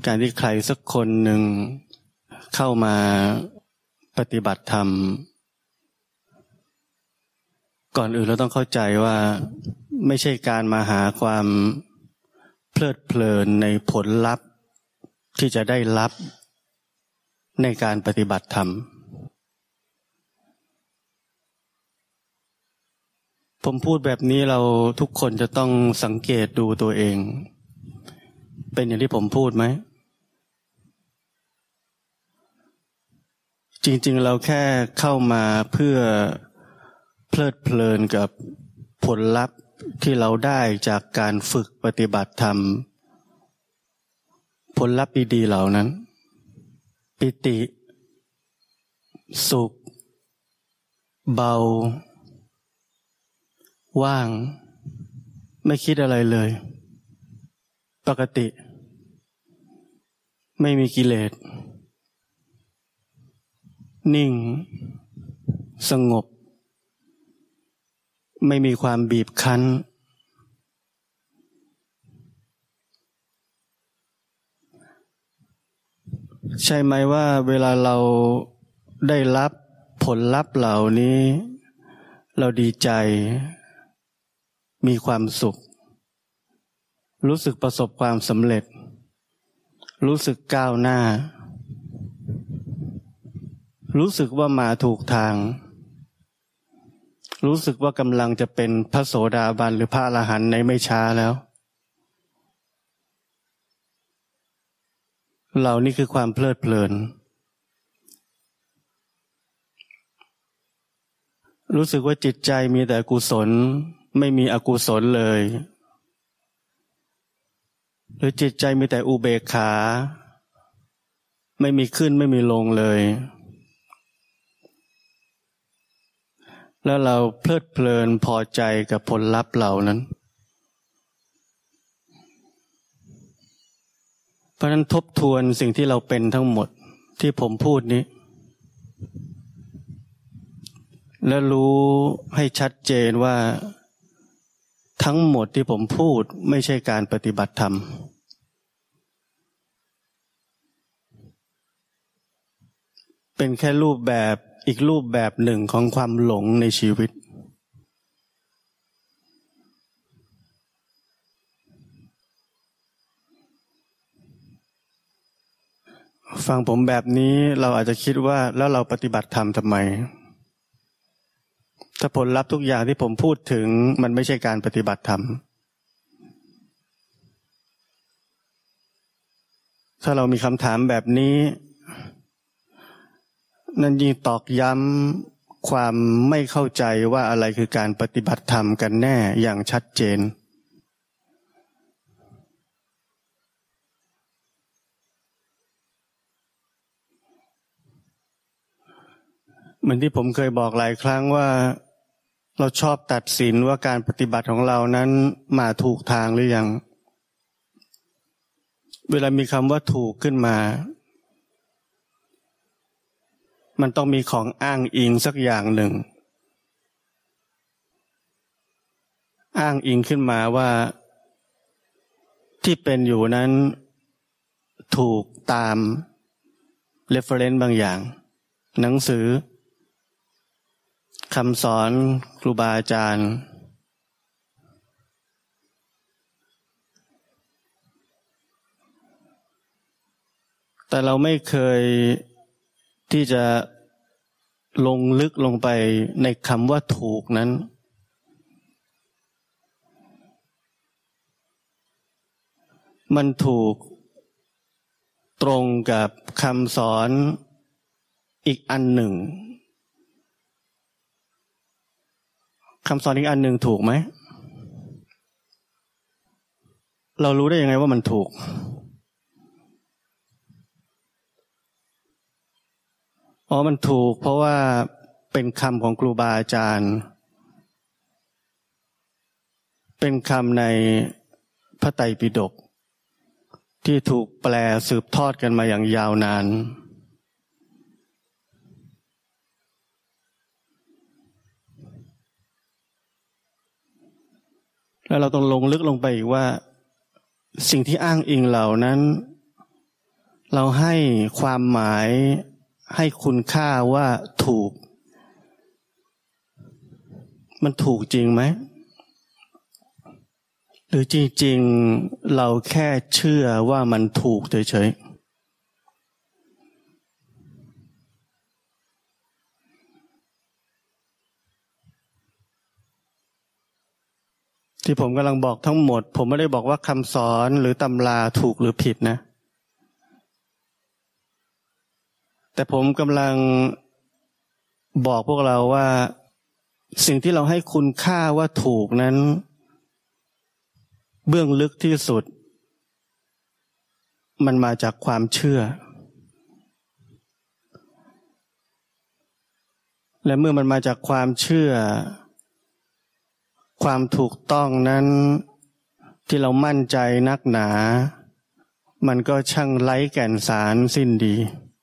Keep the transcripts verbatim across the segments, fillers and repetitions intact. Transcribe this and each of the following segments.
การที่ใครสักคนหนึ่งเข้ามาปฏิบัติธรรมก่อนอื่นเราต้องเข้าใจว่าไม่ใช่การมาหาความเพลิดเพลินในผลลัพธ์ที่จะได้รับในการปฏิบัติธรรมผมพูดแบบนี้เราทุกคนจะต้องสังเกตดูตัวเองเป็นอย่างที่ผมพูดไหมจริงๆเราแค่เข้ามาเพื่อเพลิดเพลินกับผลลัพธ์ที่เราได้จากการฝึกปฏิบัติธรรมผลลัพธ์ดีๆเหล่านั้นปิติสุขเบาว่างไม่คิดอะไรเลยปกติไม่มีกิเลสนิ่งสงบไม่มีความบีบคั้นใช่ไหมว่าเวลาเราได้รับผลลัพธ์เหล่านี้เราดีใจมีความสุขรู้สึกประสบความสำเร็จรู้สึกก้าวหน้ารู้สึกว่ามาถูกทางรู้สึกว่ากำลังจะเป็นพระโสดาบันหรือพระอรหันต์ในไม่ช้าแล้วเหล่านี้คือความเพลิดเพลินรู้สึกว่าจิตใจมีแต่กุศลไม่มีอกุศลเลยหรือจิตใจมีแต่อุเบกขาไม่มีขึ้นไม่มีลงเลยแล้วเราเพลิดเพลินพอใจกับผลลัพธ์เหล่านั้นเพราะนั้นทบทวนสิ่งที่เราเป็นทั้งหมดที่ผมพูดนี้และรู้ให้ชัดเจนว่าทั้งหมดที่ผมพูดไม่ใช่การปฏิบัติธรรมเป็นแค่รูปแบบอีกรูปแบบหนึ่งของความหลงในชีวิตฟังผมแบบนี้เราอาจจะคิดว่าแล้วเราปฏิบัติธรรมทำไมถ้าผลลัพธ์ทุกอย่างที่ผมพูดถึงมันไม่ใช่การปฏิบัติธรรมถ้าเรามีคำถามแบบนี้นั่นยิ่งตอกย้ำความไม่เข้าใจว่าอะไรคือการปฏิบัติธรรมกันแน่อย่างชัดเจนเหมือนที่ผมเคยบอกหลายครั้งว่าเราชอบตัดสินว่าการปฏิบัติของเรานั้นมาถูกทางหรือยังเวลามีคำว่าถูกขึ้นมามันต้องมีของอ้างอิงสักอย่างหนึ่งอ้างอิงขึ้นมาว่าที่เป็นอยู่นั้นถูกตาม reference บางอย่างหนังสือคำสอนครูบาอาจารย์แต่เราไม่เคยที่จะลงลึกลงไปในคำว่าถูกนั้นมันถูกตรงกับคำสอนอีกอันหนึ่งคำสอนอีกอันหนึ่งถูกไหมเรารู้ได้ยังไงว่ามันถูกอ๋อมันถูกเพราะว่าเป็นคำของครูบาอาจารย์เป็นคำในพระไตรปิฎกที่ถูกแปลสืบทอดกันมาอย่างยาวนานแล้วเราต้องลงลึกลงไปอีกว่าสิ่งที่อ้างอิงเหล่านั้นเราให้ความหมายให้คุณค่าว่าถูกมันถูกจริงไหมหรือจริงๆเราแค่เชื่อว่ามันถูกเฉยๆที่ผมกำลังบอกทั้งหมดผมไม่ได้บอกว่าคำสอนหรือตำราถูกหรือผิดนะแต่ผมกำลังบอกพวกเราว่าสิ่งที่เราให้คุณค่าว่าถูกนั้นเบื้องลึกที่สุดมันมาจากความเชื่อและเมื่อมันมาจากความเชื่อความถูกต้องนั้นที่เรามั่นใจนักหนามันก็ช่างไร้แก่นสารสิ้นดี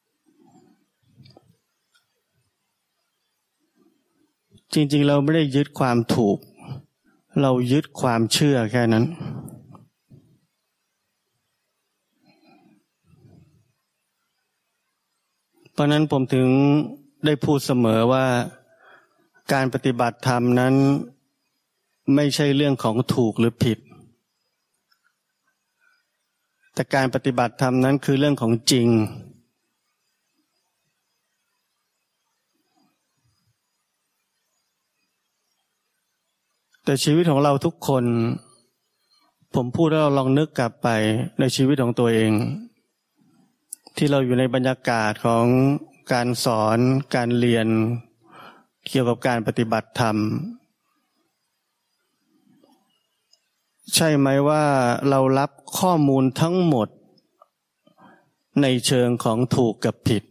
จริงๆเราไม่ได้ยึดความถูกเรายึดความเชื่อแค่นั้นเพราะนั้นผมถึงได้พูดเสมอว่าการปฏิบัติธรรมนั้นไม่ใช่เรื่องของถูกหรือผิดแต่การปฏิบัติธรรมนั้นคือเรื่องของจริงแต่ชีวิตของเราทุกคนผมพูดแล้วเราลองนึกกลับไปในชีวิตของตัวเองที่เราอยู่ในบรรยากาศของการสอนการเรียนเกี่ยวกับการปฏิบัติธรรมใช่ไหมว่าเรารับข้อมูลทั้งหมดในเชิงของถูกกับผิด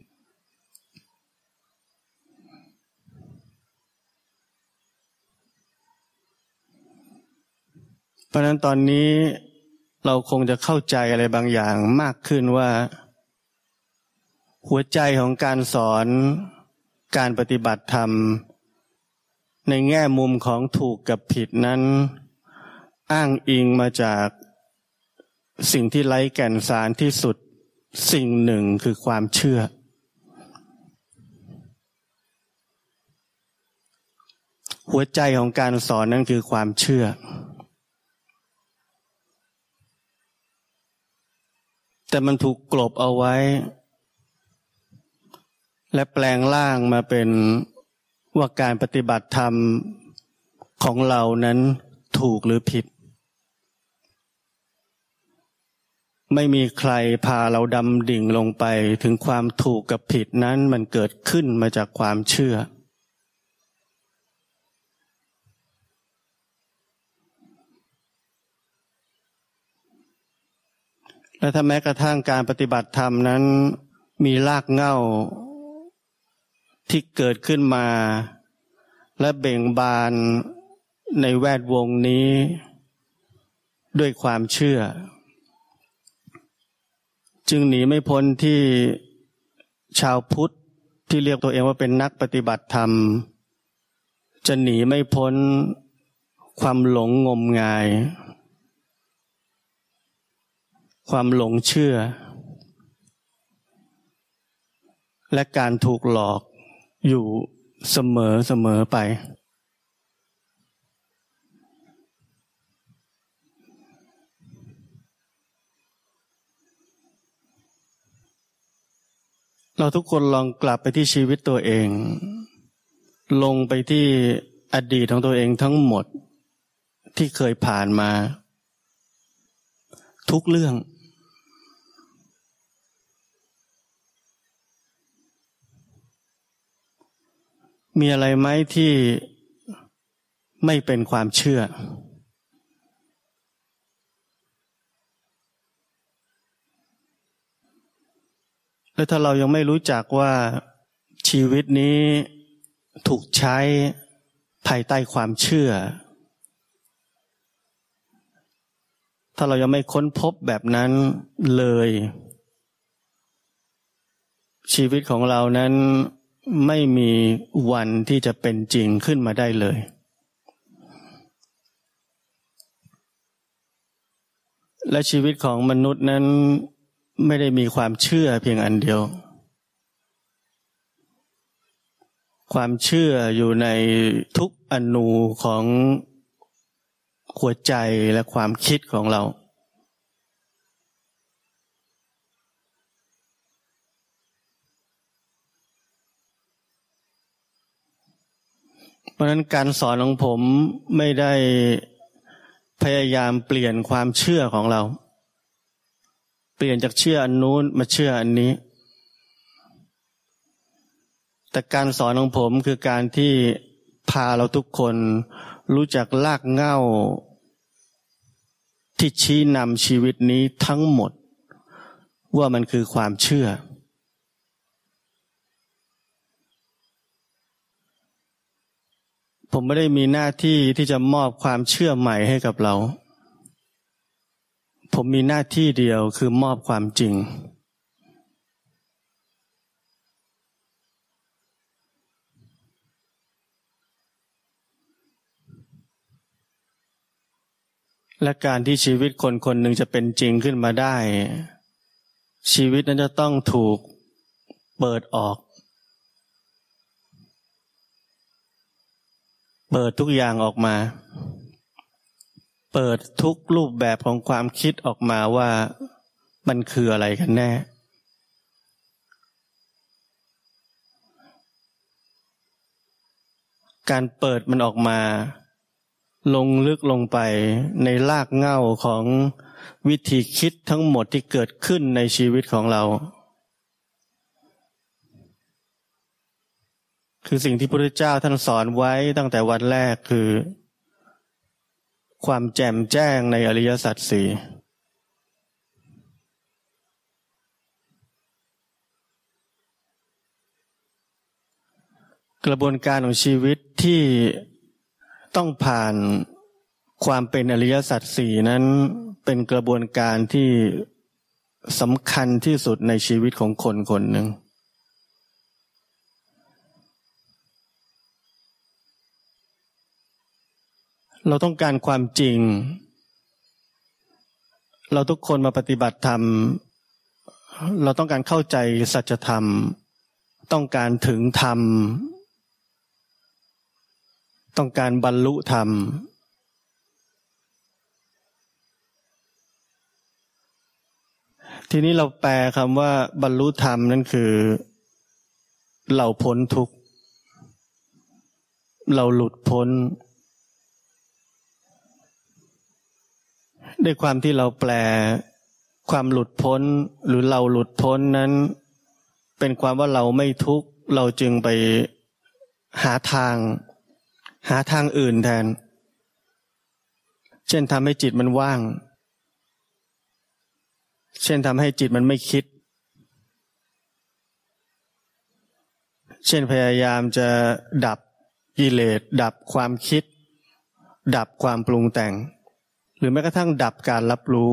เพราะฉะนั้นตอนนี้เราคงจะเข้าใจอะไรบางอย่างมากขึ้นว่าหัวใจของการสอนการปฏิบัติธรรมในแง่มุมของถูกกับผิดนั้นอ้างอิงมาจากสิ่งที่ไร้แก่นสารที่สุดสิ่งหนึ่งคือความเชื่อหัวใจของการสอนนั้นคือความเชื่อแต่มันถูกกลบเอาไว้และแปลงร่างมาเป็นว่าการปฏิบัติธรรมของเรานั้นถูกหรือผิดไม่มีใครพาเราดำดิ่งลงไปถึงความถูกกับผิดนั้นมันเกิดขึ้นมาจากความเชื่อและถ้าแม้กระทั่งการปฏิบัติธรรมนั้นมีรากเหง้าที่เกิดขึ้นมาและเบ่งบานในแวดวงนี้ด้วยความเชื่อจึงหนีไม่พ้นที่ชาวพุทธที่เรียกตัวเองว่าเป็นนักปฏิบัติธรรมจะหนีไม่พ้นความหลงงมงายความหลงเชื่อและการถูกหลอกอยู่เสมอเสมอไปเราทุกคนลองกลับไปที่ชีวิตตัวเองลงไปที่อดีตของตัวเองทั้งหมดที่เคยผ่านมาทุกเรื่องมีอะไรไหมที่ไม่เป็นความเชื่อและถ้าเรายังไม่รู้จักว่าชีวิตนี้ถูกใช้ภายใต้ความเชื่อถ้าเรายังไม่ค้นพบแบบนั้นเลยชีวิตของเรานั้นไม่มีวันที่จะเป็นจริงขึ้นมาได้เลยและชีวิตของมนุษย์นั้นไม่ได้มีความเชื่อเพียงอันเดียวความเชื่ออยู่ในทุกอนูของหัวใจและความคิดของเราเพราะฉะนั้นการสอนของผมไม่ได้พยายามเปลี่ยนความเชื่อของเราเปลี่ยนจากเชื่ออันนู้นมาเชื่ออันนี้แต่การสอนของผมคือการที่พาเราทุกคนรู้จักรากเหง้าที่ชี้นำชีวิตนี้ทั้งหมดว่ามันคือความเชื่อผมไม่ได้มีหน้าที่ที่จะมอบความเชื่อใหม่ให้กับเราผมมีหน้าที่เดียวคือมอบความจริงและการที่ชีวิตคนคนหนึ่งจะเป็นจริงขึ้นมาได้ชีวิตนั้นจะต้องถูกเปิดออกเปิดทุกอย่างออกมาเปิดทุกรูปแบบของความคิดออกมาว่ามันคืออะไรกันแน่การเปิดมันออกมาลงลึกลงไปในรากเหง้าของวิธีคิดทั้งหมดที่เกิดขึ้นในชีวิตของเราคือสิ่งที่พระพุทธเจ้าท่านสอนไว้ตั้งแต่วันแรกคือความแจ่มแจ้งในอริยสัจสี่กระบวนการของชีวิตที่ต้องผ่านความเป็นอริยสัจสี่นั้นเป็นกระบวนการที่สำคัญที่สุดในชีวิตของคนคนหนึ่งเราต้องการความจริงเราทุกคนมาปฏิบัติธรรมเราต้องการเข้าใจสัจธรรมต้องการถึงธรรมต้องการบรรลุธรรมทีนี้เราแปลคำว่าบรรลุธรรมนั่นคือเราพ้นทุกข์เราหลุดพ้นด้วยความที่เราแปลความหลุดพ้นหรือเราหลุดพ้นนั้นเป็นความว่าเราไม่ทุกข์เราจึงไปหาทางหาทางอื่นแทนเช่นทำให้จิตมันว่างเช่นทำให้จิตมันไม่คิดเช่นพยายามจะดับกิเลสดับความคิดดับความปรุงแต่งหรือแม้กระทั่งดับการรับรู้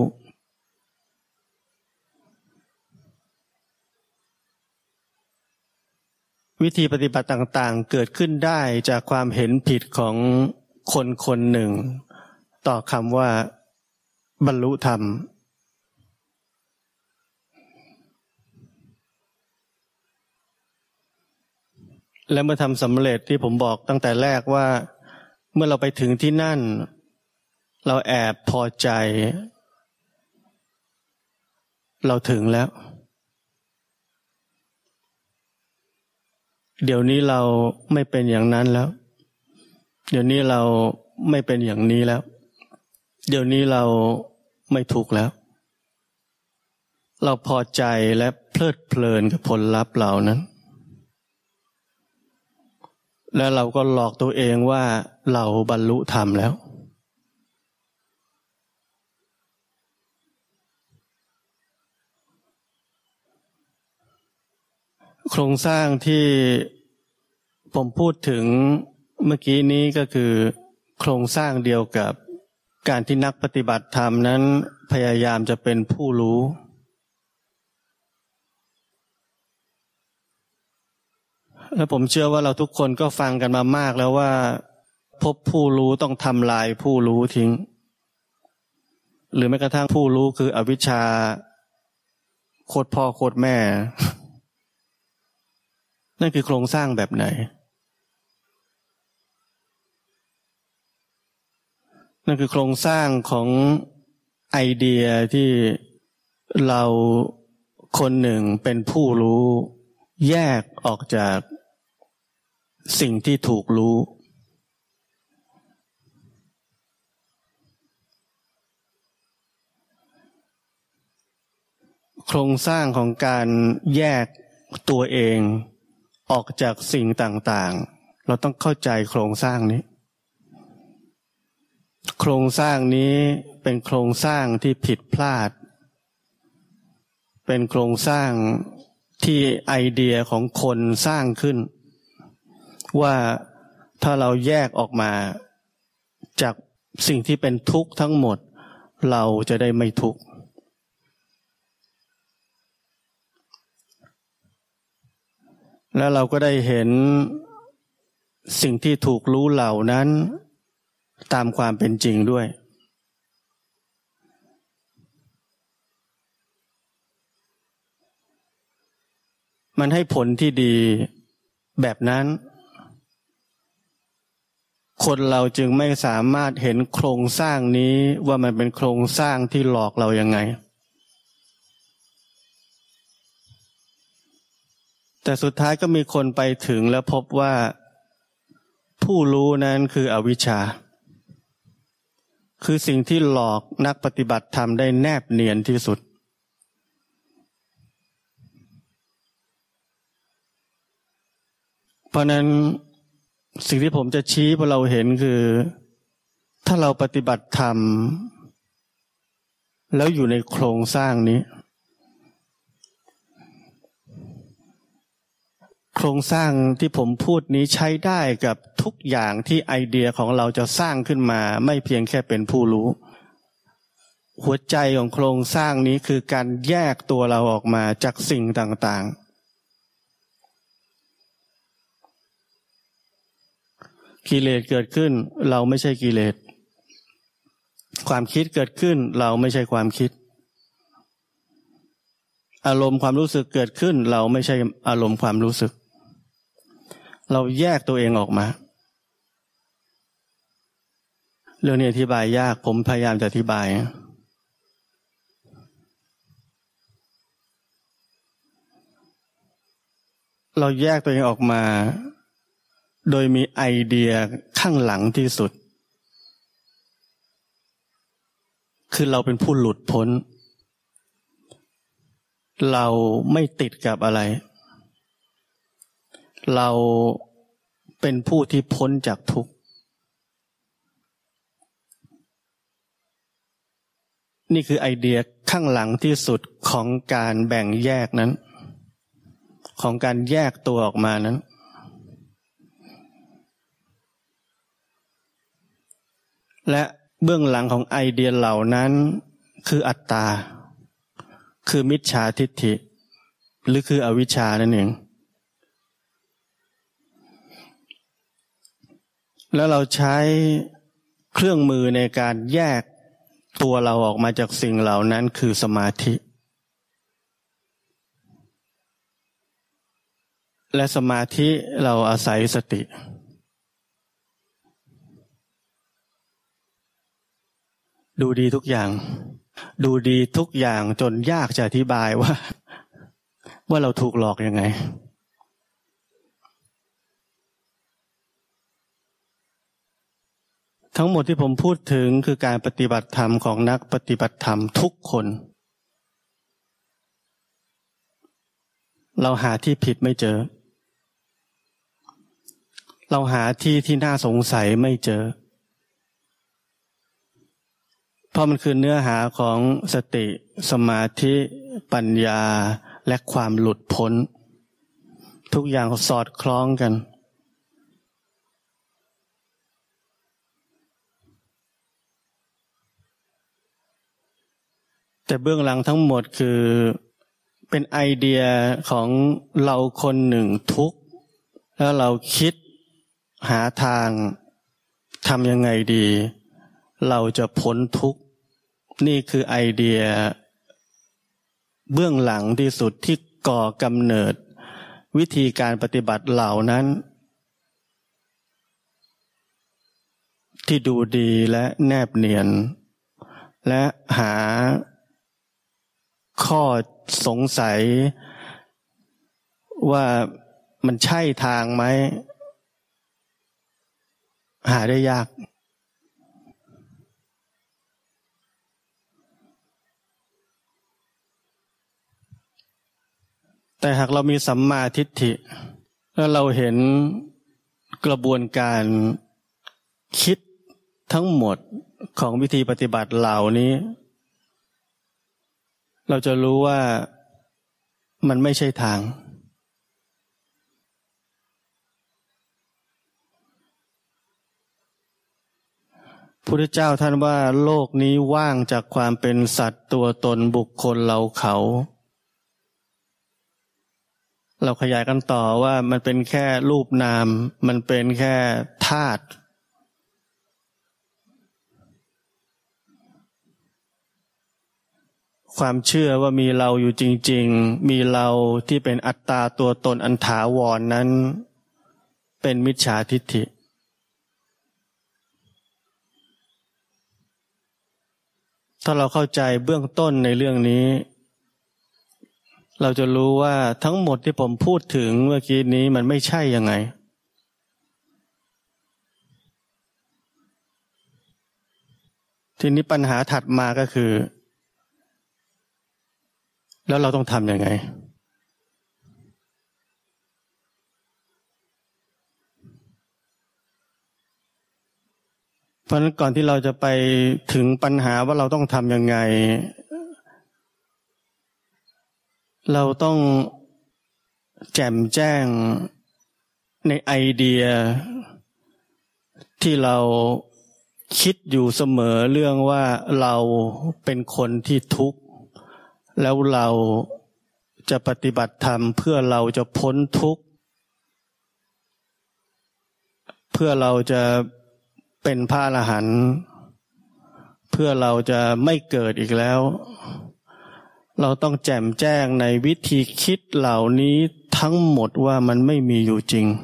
วิธีปฏิบัติต่างๆเกิดขึ้นได้จากความเห็นผิดของคนคนหนึ่งต่อคำว่าบรรลุธรรมและเมื่อทำสำเร็จที่ผมบอกตั้งแต่แรกว่าเมื่อเราไปถึงที่นั่นเราแอบพอใจเราถึงแล้วเดี๋ยวนี้เราไม่เป็นอย่างนั้นแล้วเดี๋ยวนี้เราไม่เป็นอย่างนี้แล้วเดี๋ยวนี้เราไม่ทุกข์แล้วเราพอใจและเพลิดเพลินกับผลลัพธ์เหล่านั้นและเราก็หลอกตัวเองว่าเราบรรลุธรรมแล้วโครงสร้างที่ผมพูดถึงเมื่อกี้นี้ก็คือโครงสร้างเดียวกับการที่นักปฏิบัติธรรมนั้นพยายามจะเป็นผู้รู้และผมเชื่อว่าเราทุกคนก็ฟังกันมามากแล้วว่าพบผู้รู้ต้องทำลายผู้รู้ทิ้งหรือแม้กระทั่งผู้รู้คืออวิชชาโคตรพ่อโคตรแม่นั่นคือโครงสร้างแบบไหนนั่นคือโครงสร้างของไอเดียที่เราคนหนึ่งเป็นผู้รู้แยกออกจากสิ่งที่ถูกรู้โครงสร้างของการแยกตัวเองออกจากสิ่งต่างๆเราต้องเข้าใจโครงสร้างนี้โครงสร้างนี้เป็นโครงสร้างที่ผิดพลาดเป็นโครงสร้างที่ไอเดียของคนสร้างขึ้นว่าถ้าเราแยกออกมาจากสิ่งที่เป็นทุกข์ทั้งหมดเราจะได้ไม่ทุกข์แล้วเราก็ได้เห็นสิ่งที่ถูกรู้เหล่านั้นตามความเป็นจริงด้วยมันให้ผลที่ดีแบบนั้นคนเราจึงไม่สามารถเห็นโครงสร้างนี้ว่ามันเป็นโครงสร้างที่หลอกเรายังไงแต่สุดท้ายก็มีคนไปถึงแล้วพบว่าผู้รู้นั้นคืออวิชชาคือสิ่งที่หลอกนักปฏิบัติธรรมได้แนบเนียนที่สุดเพราะนั้นสิ่งที่ผมจะชี้ให้เราเห็นคือถ้าเราปฏิบัติธรรมแล้วอยู่ในโครงสร้างนี้โครงสร้างที่ผมพูดนี้ใช้ได้กับทุกอย่างที่ไอเดียของเราจะสร้างขึ้นมาไม่เพียงแค่เป็นผู้รู้หัวใจของโครงสร้างนี้คือการแยกตัวเราออกมาจากสิ่งต่างๆกิเลสเกิดขึ้นเราไม่ใช่กิเลสความคิดเกิดขึ้นเราไม่ใช่ความคิดอารมณ์ความรู้สึกเกิดขึ้นเราไม่ใช่อารมณ์ความรู้สึกเราแยกตัวเองออกมาเรื่องนี้อธิบายยากผมพยายามจะอธิบายเราแยกตัวเองออกมาโดยมีไอเดียข้างหลังที่สุดคือเราเป็นผู้หลุดพ้นเราไม่ติดกับอะไรเราเป็นผู้ที่พ้นจากทุกข์นี่คือไอเดียข้างหลังที่สุดของการแบ่งแยกนั้นของการแยกตัวออกมานั้นและเบื้องหลังของไอเดียเหล่านั้นคืออัตตาคือมิจฉาทิฏฐิหรือคืออวิชชานั่นเองแล้วเราใช้เครื่องมือในการแยกตัวเราออกมาจากสิ่งเหล่านั้นคือสมาธิและสมาธิเราอาศัยสติดูดีทุกอย่างดูดีทุกอย่างจนยากจะอธิบายว่าว่าเราถูกหลอกยังไงทั้งหมดที่ผมพูดถึงคือการปฏิบัติธรรมของนักปฏิบัติธรรมทุกคนเราหาที่ผิดไม่เจอเราหาที่ที่น่าสงสัยไม่เจอเพราะมันคือเนื้อหาของสติสมาธิปัญญาและความหลุดพ้นทุกอย่างสอดคล้องกันแต่เบื้องหลังทั้งหมดคือเป็นไอเดียของเราคนหนึ่งทุกข์แล้วเราคิดหาทางทำยังไงดีเราจะพ้นทุกข์นี่คือไอเดียเบื้องหลังที่สุดที่ก่อกำเนิดวิธีการปฏิบัติเหล่านั้นที่ดูดีและแนบเนียนและหาข้อสงสัยว่ามันใช่ทางไหมหาได้ยากแต่หากเรามีสัมมาทิฏฐิแล้วเราเห็นกระบวนการคิดทั้งหมดของวิธีปฏิบัติเหล่านี้เราจะรู้ว่ามันไม่ใช่ทางพุทธเจ้าท่านว่าโลกนี้ว่างจากความเป็นสัตว์ตัวตนบุคคลเราเขาเราขยายกันต่อว่ามันเป็นแค่รูปนามมันเป็นแค่ธาตุความเชื่อว่ามีเราอยู่จริงๆมีเราที่เป็นอัตตาตัวตนอันถาวร นั้นเป็นมิจฉาทิฏฐิถ้าเราเข้าใจเบื้องต้นในเรื่องนี้เราจะรู้ว่าทั้งหมดที่ผมพูดถึงเมื่อกี้นี้มันไม่ใช่ยังไงทีนี้ปัญหาถัดมาก็คือแล้วเราต้องทำยังไงเพราะฉะนั้นก่อนที่เราจะไปถึงปัญหาว่าเราต้องทำยังไงเราต้องแจ่มแจ้งในไอเดียที่เราคิดอยู่เสมอเรื่องว่าเราเป็นคนที่ทุกข์แล้วเราจะปฏิบัติธรรมเพื่อเราจะพ้นทุกข์เพื่อเราจะเป็นพระอรหันต์เพื่อเราจะไม่เกิดอีกแล้วเราต้องแจ่มแจ้งในวิธีคิดเหล่านี้ทั้งหมดว่ามันไม่มีอยู่จริง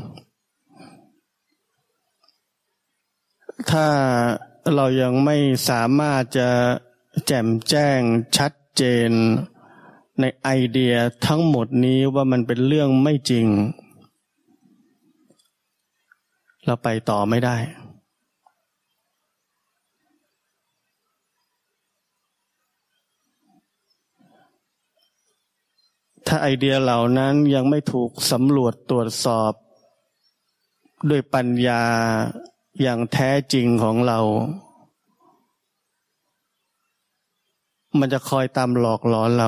ถ้าเรายังไม่สามารถจะแจ่มแจ้งชัดเจนในไอเดียทั้งหมดนี้ว่ามันเป็นเรื่องไม่จริงเราไปต่อไม่ได้ถ้าไอเดียเหล่านั้นยังไม่ถูกสำรวจตรวจสอบด้วยปัญญาอย่างแท้จริงของเรามันจะคอยตามหลอกหลอนเรา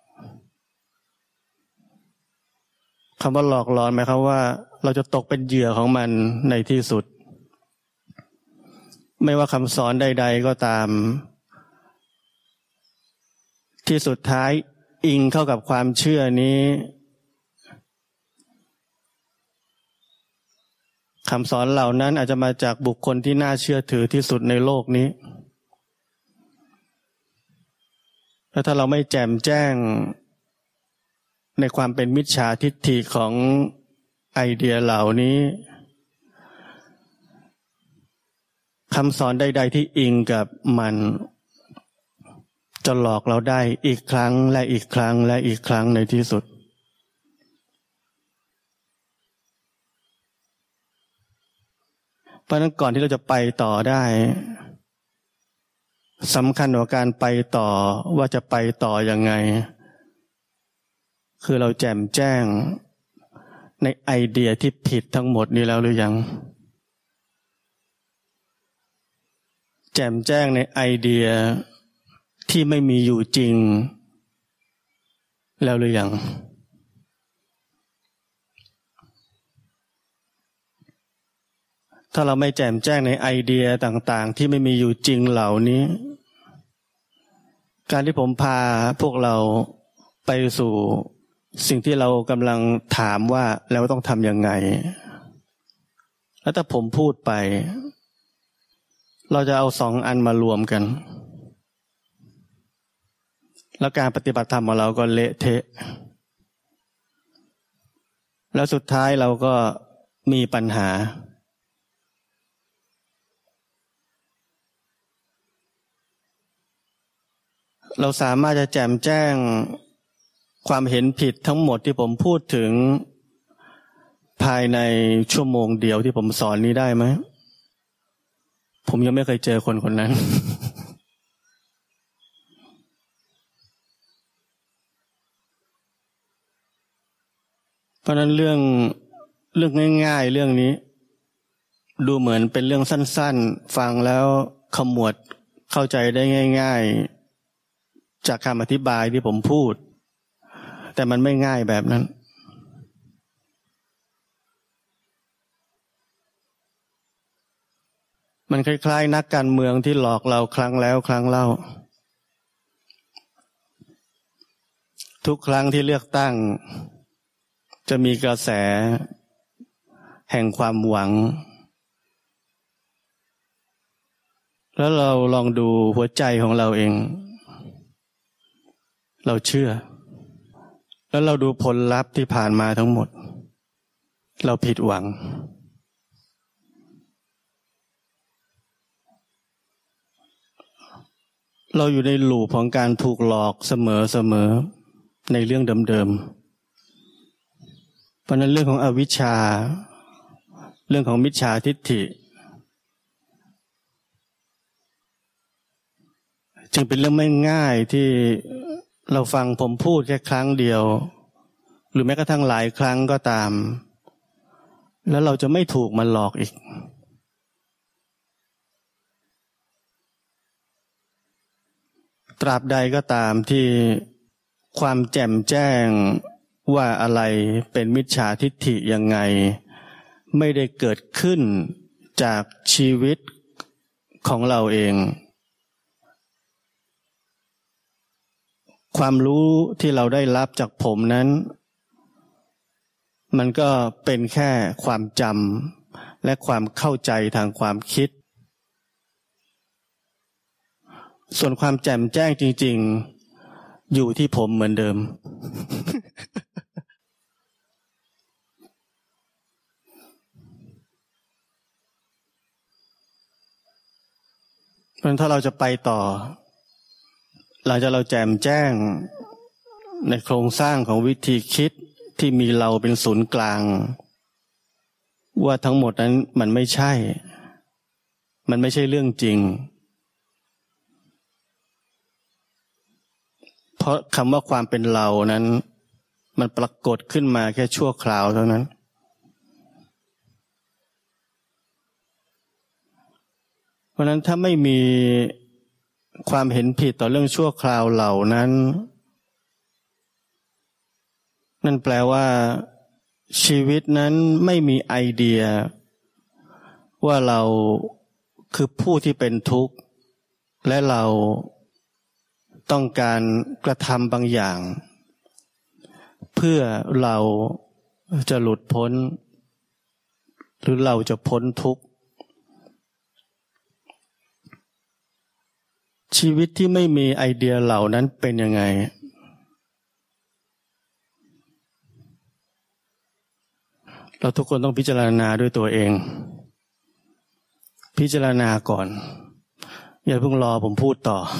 คำว่าหลอกหลอนหมายความว่าเราจะตกเป็นเหยื่อของมันในที่สุดไม่ว่าคำสอนใดๆก็ตามที่สุดท้ายอิงเข้ากับความเชื่อนี้คำสอนเหล่านั้นอาจจะมาจากบุคคลที่น่าเชื่อถือที่สุดในโลกนี้แล้วถ้าเราไม่แจ่มแจ้งในความเป็นมิจฉาทิฏฐิของไอเดียเหล่านี้คำสอนใดๆที่อิงกับมันจะหลอกเราได้อีกครั้งและอีกครั้งและอีกครั้งในที่สุดเพราะนั้นก่อนที่เราจะไปต่อได้สำคัญกว่าการไปต่อว่าจะไปต่อยังไงคือเราแจ่มแจ้งในไอเดียที่ผิดทั้งหมดนี้แล้วหรือยังแจ่มแจ้งในไอเดียที่ไม่มีอยู่จริงแล้วหรือยังถ้าเราไม่แจ่มแจ้งในไอเดียต่างๆที่ไม่มีอยู่จริงเหล่านี้การที่ผมพาพวกเราไปสู่สิ่งที่เรากำลังถามว่าแล้วต้องทำยังไงแล้วถ้าผมพูดไปเราจะเอาสองอันมารวมกันแล้วการปฏิบัติธรรมของเราก็เละเทะแล้วสุดท้ายเราก็มีปัญหาเราสามารถจะแจ่มแจ้งความเห็นผิดทั้งหมดที่ผมพูดถึงภายในชั่วโมงเดียวที่ผมสอนนี้ได้ไหมผมยังไม่เคยเจอคนคนนั้น เพราะนั้นเรื่องเรื่องง่ายๆเรื่องนี้ดูเหมือนเป็นเรื่องสั้นๆฟังแล้วขมวดเข้าใจได้ง่ายๆจากคำอธิบายที่ผมพูดแต่มันไม่ง่ายแบบนั้นมันคล้ายๆนักการเมืองที่หลอกเราครั้งแล้วครั้งเล่าทุกครั้งที่เลือกตั้งจะมีกระแสแห่งความหวังแล้วเราลองดูหัวใจของเราเองเราเชื่อแล้วเราดูผลลัพธ์ที่ผ่านมาทั้งหมดเราผิดหวังเราอยู่ในลูปของการถูกหลอกเสมอๆในเรื่องเดิมๆเพราะนั้นเรื่องของอวิชชาเรื่องของมิจฉาทิฏฐิจึงเป็นเรื่องไม่ง่ายที่เราฟังผมพูดแค่ครั้งเดียวหรือแม้กระทั่งหลายครั้งก็ตามแล้วเราจะไม่ถูกมันหลอกอีกตราบใดก็ตามที่ความแจ่มแจ้งว่าอะไรเป็นมิจฉาทิฏฐิยังไงไม่ได้เกิดขึ้นจากชีวิตของเราเองความรู้ที่เราได้รับจากผมนั้นมันก็เป็นแค่ความจำและความเข้าใจทางความคิดส่วนความแจ่มแจ้งจริงๆอยู่ที่ผมเหมือนเดิม เพราะฉะนั้นถ้าเราจะไปต่อหลังจากเราแจ่มแจ้งในโครงสร้างของวิธีคิดที่มีเราเป็นศูนย์กลางว่าทั้งหมดนั้นมันไม่ใช่มันไม่ใช่เรื่องจริงเพราะคำว่าความเป็นเรานั้นมันปรากฏขึ้นมาแค่ชั่วคราวเท่านั้นเพราะนั้นถ้าไม่มีความเห็นผิดต่อเรื่องชั่วคราวเหล่านั้นนั่นแปลว่าชีวิตนั้นไม่มีไอเดียว่าเราคือผู้ที่เป็นทุกข์และเราต้องการกระทำบางอย่างเพื่อเราจะหลุดพ้นหรือเราจะพ้นทุกข์ชีวิตที่ไม่มีไอเดียเหล่านั้นเป็นยังไงเราทุกคนต้องพิจารณาด้วยตัวเองพิจารณาก่อนอย่าเพิ่งรอผมพูดต่อ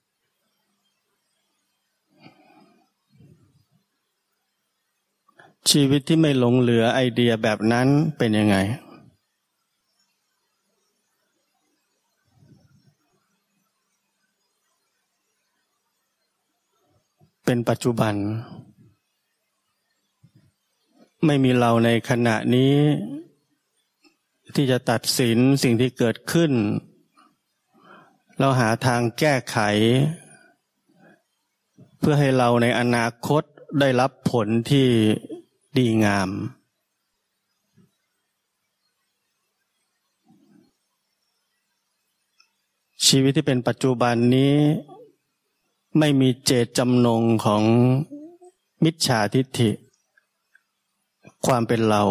ชีวิตที่ไม่หลงเหลือไอเดียแบบนั้นเป็นยังไงเป็นปัจจุบันไม่มีเราในขณะนี้ที่จะตัดสินสิ่งที่เกิดขึ้นเราหาทางแก้ไขเพื่อให้เราในอนาคตได้รับผลที่ดีงามชีวิตที่เป็นปัจจุบันนี้ไม่มีเจตจำนงของมิจฉาทิฏฐิความเป็นเรา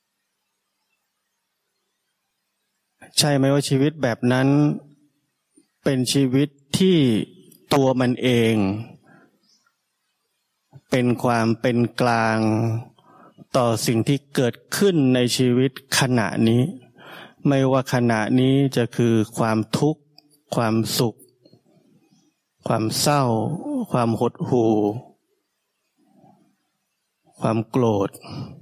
ใช่ไหมว่าชีวิตแบบนั้นเป็นชีวิตที่ตัวมันเองเป็นความเป็นกลางต่อสิ่งที่เกิดขึ้นในชีวิตขณะนี้ไม่ว่าขณะนี้จะคือความทุกข์ความสุขความเศร้าความหดหู่ความโกรธ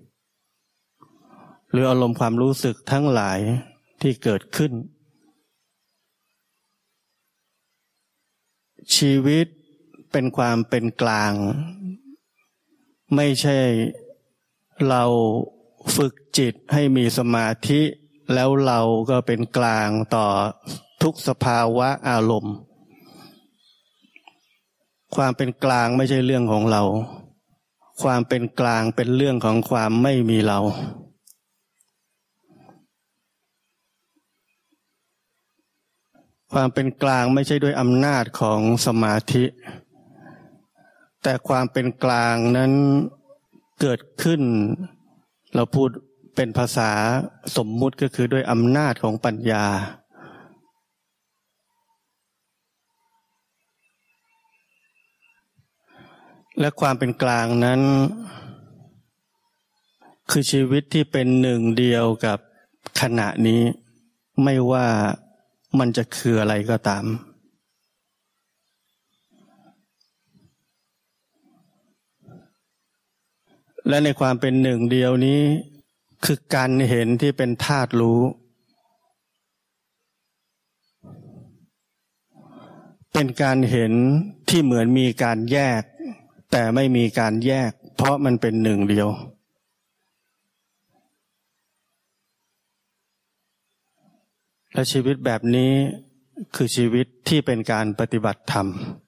หรืออารมณ์ความรู้สึกทั้งหลายที่เกิดขึ้นชีวิตเป็นความเป็นกลางไม่ใช่เราฝึกจิตให้มีสมาธิแล้วเราก็เป็นกลางต่อทุกสภาวะอารมณ์ความเป็นกลางไม่ใช่เรื่องของเราความเป็นกลางเป็นเรื่องของความไม่มีเราความเป็นกลางไม่ใช่ด้วยอำนาจของสมาธิแต่ความเป็นกลางนั้นเกิดขึ้นเราพูดเป็นภาษาสมมุติก็คือด้วยอำนาจของปัญญาและความเป็นกลางนั้นคือชีวิตที่เป็นหนึ่งเดียวกับขณะนี้ไม่ว่ามันจะคืออะไรก็ตามและในความเป็นหนึ่งเดียวนี้คือการเห็นที่เป็นธาตุรู้เป็นการเห็นที่เหมือนมีการแยกแต่ไม่มีการแยกเพราะมันเป็นหนึ่งเดียวและชีวิตแบบนี้คือชีวิตที่เป็นการปฏิบัติธรรม